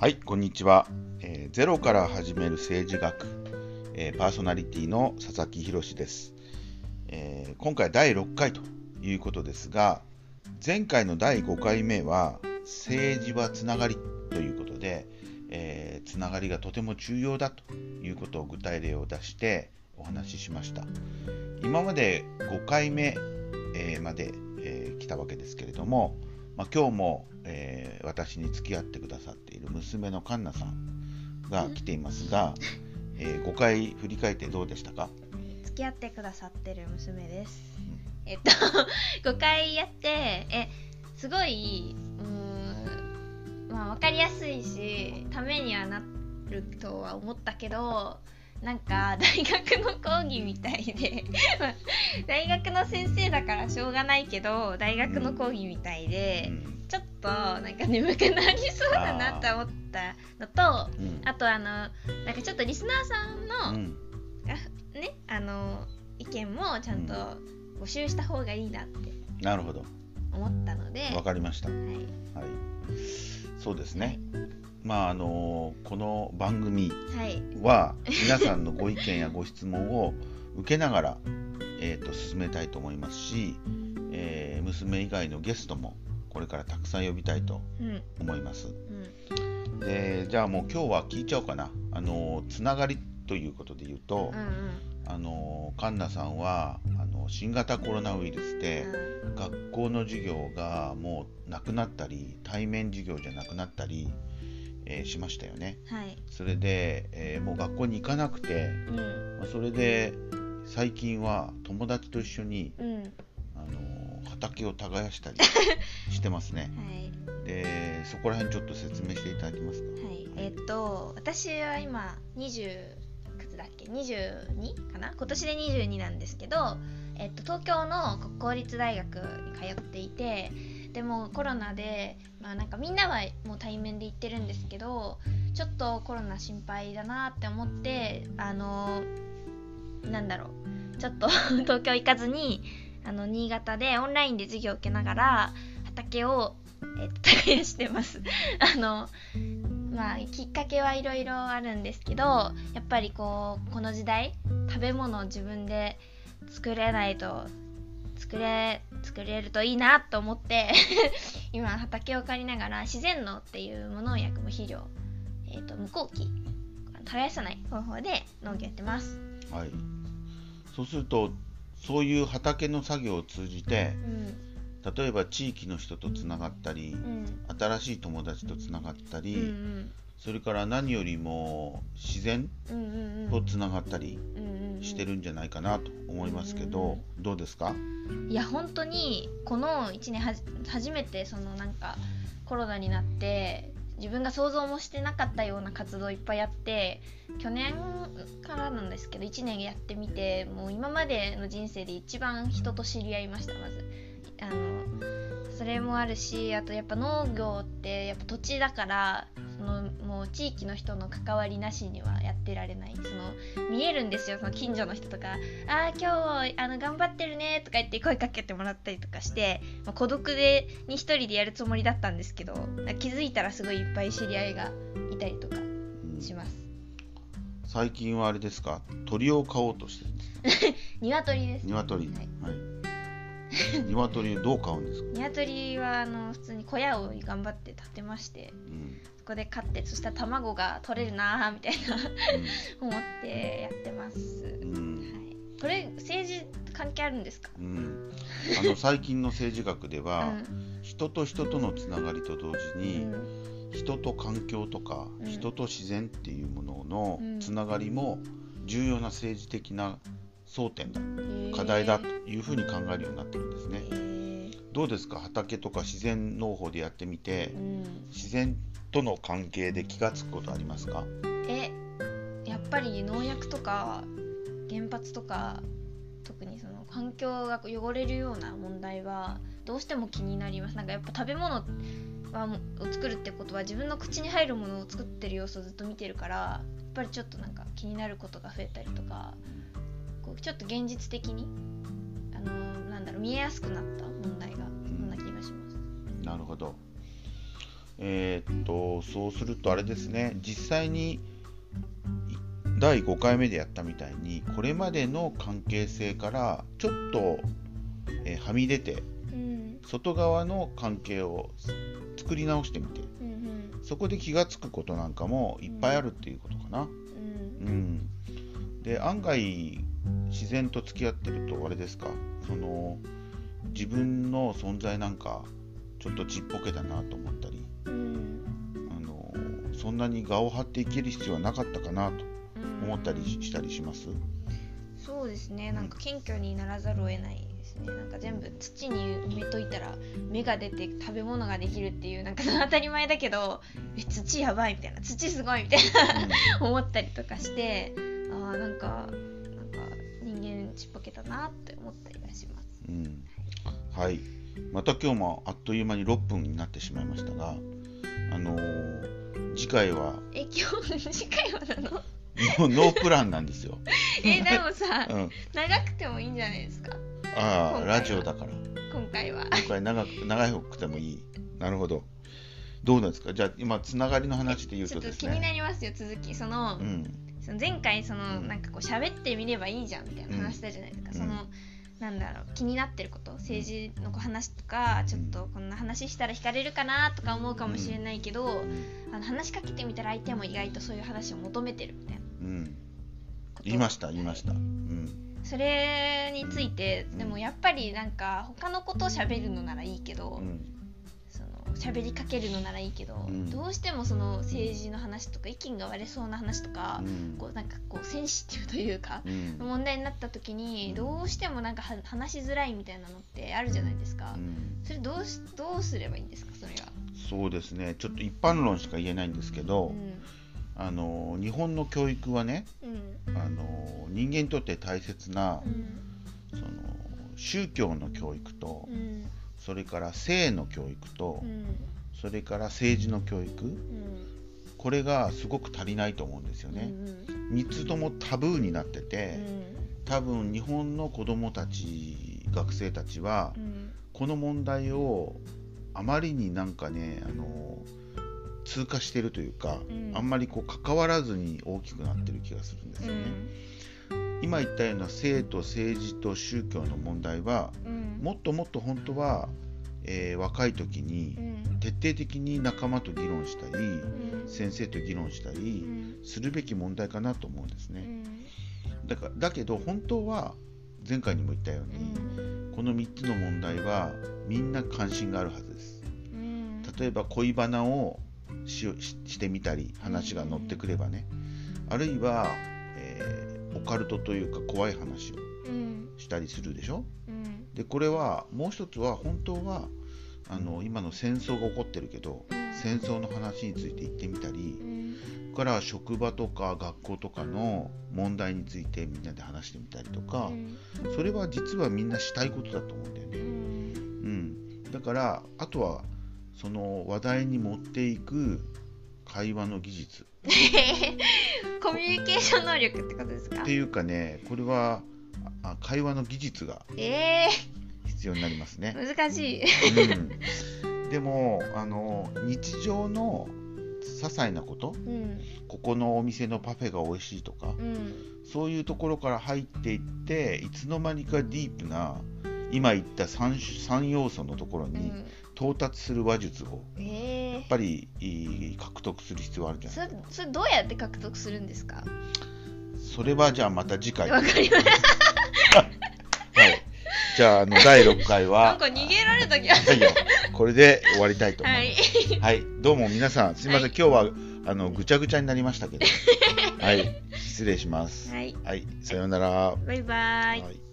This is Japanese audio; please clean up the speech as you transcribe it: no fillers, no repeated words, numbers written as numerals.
はい、こんにちは。ゼロから始める政治学、パーソナリティの佐々木宏です。今回第6回ということですが、前回の第5回目は政治はつながりということで、つながりがとても重要だということを具体例を出してお話ししました。今まで5回目、まで、来たわけですけれども、今日も、私に付き合ってくださっている娘のカンナさんが来ていますが、5回振り返ってどうでしたか？ 付き合ってくださってる娘です。5回やってすごい分かりやすいし、ためにはなるとは思ったけど、なんか大学の講義みたいで大学の先生だからしょうがないけど、大学の講義みたいで、ちょっとなんか眠くなりそうだなと思ったのと、あとなんかちょっとリスナーさんの、意見もちゃんと募集した方がいいなってなるほど思ったので、 わかりました。はい、そうですね。この番組は皆さんのご意見やご質問を受けながら、進めたいと思いますし、娘以外のゲストもこれからたくさん呼びたいと思います。で、じゃあもう今日は聞いちゃおうかな。つながりということで言うと、カンナさんは新型コロナウイルスで、学校の授業がもうなくなったり、対面授業じゃなくなったり、しましたよね。それで、もう学校に行かなくて、それで最近は友達と一緒に、畑を耕したりしてますね。で、そこら辺ちょっと説明していただけますか？ 私は今20いくつだっけ、22かな、今年で22なんですけど、東京の公立大学に通っていて、でもコロナで、なんかみんなはもう対面で行ってるんですけど、ちょっとコロナ心配だなって思って、ちょっと東京行かずに新潟でオンラインで授業を受けながら畑を、耕してますきっかけはいろいろあるんですけど、やっぱりこの時代、食べ物を自分で作れないと作れるといいなと思って今畑を借りながら自然農っていう無農薬無肥料、無耕期耕さない方法で農業やってます。 はい。そうすると、そういう畑の作業を通じて、例えば地域の人とつながったり、新しい友達とつながったり、それから何よりも自然とつながったりしてるんじゃないかなと思いますけど、どうですか？ いや、本当にこの1年初めてコロナになって、自分が想像もしてなかったような活動いっぱいやって、去年からなんですけど1年やってみて、もう今までの人生で一番人と知り合いました。まずそれもあるし、あとやっぱ農業ってやっぱ土地だから、もう地域の人の関わりなしにはやってられない。見えるんですよ、その近所の人とか、今日頑張ってるねとか言って声かけてもらったりとかして、孤独に一人でやるつもりだったんですけど、気づいたらすごいいっぱい知り合いがいたりとかします。 最近はあれですか、鳥を飼おうとしてるんですか？ 鶏です。 鶏、鶏どう飼うんですか？ 鶏は普通に小屋を頑張って建てまして、そこで飼って、そしたら卵が取れるなみたいな思ってやってます。これ政治関係あるんですか？ 最近の政治学では、人と人とのつながりと同時に、人と環境とか、人と自然っていうもののつながりも重要な政治的な争点だ、課題だというふうに考えるようになってるんですね。どうですか？畑とか自然農法でやってみて、自然との関係で気がつくことありますか？ やっぱり農薬とか原発とか、特に環境が汚れるような問題はどうしても気になります。やっぱ食べ物を作るってことは、自分の口に入るものを作ってる様子をずっと見てるから、やっぱりちょっと気になることが増えたりとか、ちょっと現実的に見えやすくなった問題が、そんな気がします。 なるほど。 そうするとあれですね、実際に第5回目でやったみたいにこれまでの関係性からちょっと、はみ出て、外側の関係を作り直してみて、そこで気がつくことなんかもいっぱいあるっていうことかな。で案外自然と付き合ってるとあれですか、自分の存在なんかちょっとちっぽけだなと思ったり、そんなに我を張って生きる必要はなかったかなと思ったりしたりします？ そうですね、なんか謙虚にならざるを得ないですね。なんか全部土に埋めといたら芽が出て食べ物ができるっていう、なんか当たり前だけど土やばいみたいな、土すごいみたいな思ったりとかして、なんか人間ちっぽけだなって思ったりはします。 はい、また今日もあっという間に6分になってしまいましたが、次回は今日次回はなのノープランなんですよ。 でもさ、長くてもいいんじゃないですか。 ラジオだから今回長くてもいい。なるほど。どうなんですか。じゃあ今つながりの話で言うとですね、 ちょっと気になりますよ、続き。その前回なんかこう喋ってみればいいじゃんみたいな話したじゃないですか。なんだろう、気になってること、政治の話とか、ちょっとこんな話したら惹かれるかなとか思うかもしれないけど、話しかけてみたら相手も意外とそういう話を求めてるみたいな、 言いました、 それについて、でもやっぱりなんか他のことを喋るのならいいけど、喋りかけるのならいいけど、どうしてもその政治の話とか意見が割れそうな話とか、なんかこうセンシティブというか、問題になった時にどうしてもなんか話しづらいみたいなのってあるじゃないですか。それどうすればいいんですか、それが。そうですね、 ちょっと一般論しか言えないんですけど、日本の教育はね、人間にとって大切な、宗教の教育と、それから性の教育と、それから政治の教育、これがすごく足りないと思うんですよね。3つともタブーになってて、多分日本の子どもたち、学生たちは、この問題をあまりになんかね、通過してるというか、あんまりこう関わらずに大きくなってる気がするんですよね。今言ったような性と政治と宗教の問題は、もっともっと本当は、若い時に徹底的に仲間と議論したり、先生と議論したりするべき問題かなと思うんですね。だけど本当は前回にも言ったように、この3つの問題はみんな関心があるはずです。例えば恋バナをしてみたり、話が乗ってくればね、あるいは、オカルトというか怖い話をしたりするでしょ。でこれはもう一つは、本当は今の戦争が起こってるけど、戦争の話について言ってみたり、それから職場とか学校とかの問題についてみんなで話してみたりとか、それは実はみんなしたいことだと思うんだよね。だからあとはその話題に持っていく会話の技術コミュニケーション能力ってことですか。 っていうかね、これは会話の技術が必要になりますね。 難しい、 でも日常の些細なこと、ここのお店のパフェが美味しいとか、そういうところから入っていって、いつの間にかディープな今言った 3要素のところに到達する話術をやっぱり獲得する必要があるじゃないですか。 それどうやって獲得するんですか。 それはじゃあまた次回。 わかりましたはい、じゃあ第6回はなんか逃げられた気がする。 いやこれで終わりたいと思います。はい、どうも皆さんすみません、今日はぐちゃぐちゃになりましたけどはい、失礼します。はい、さようなら。 バイバイ。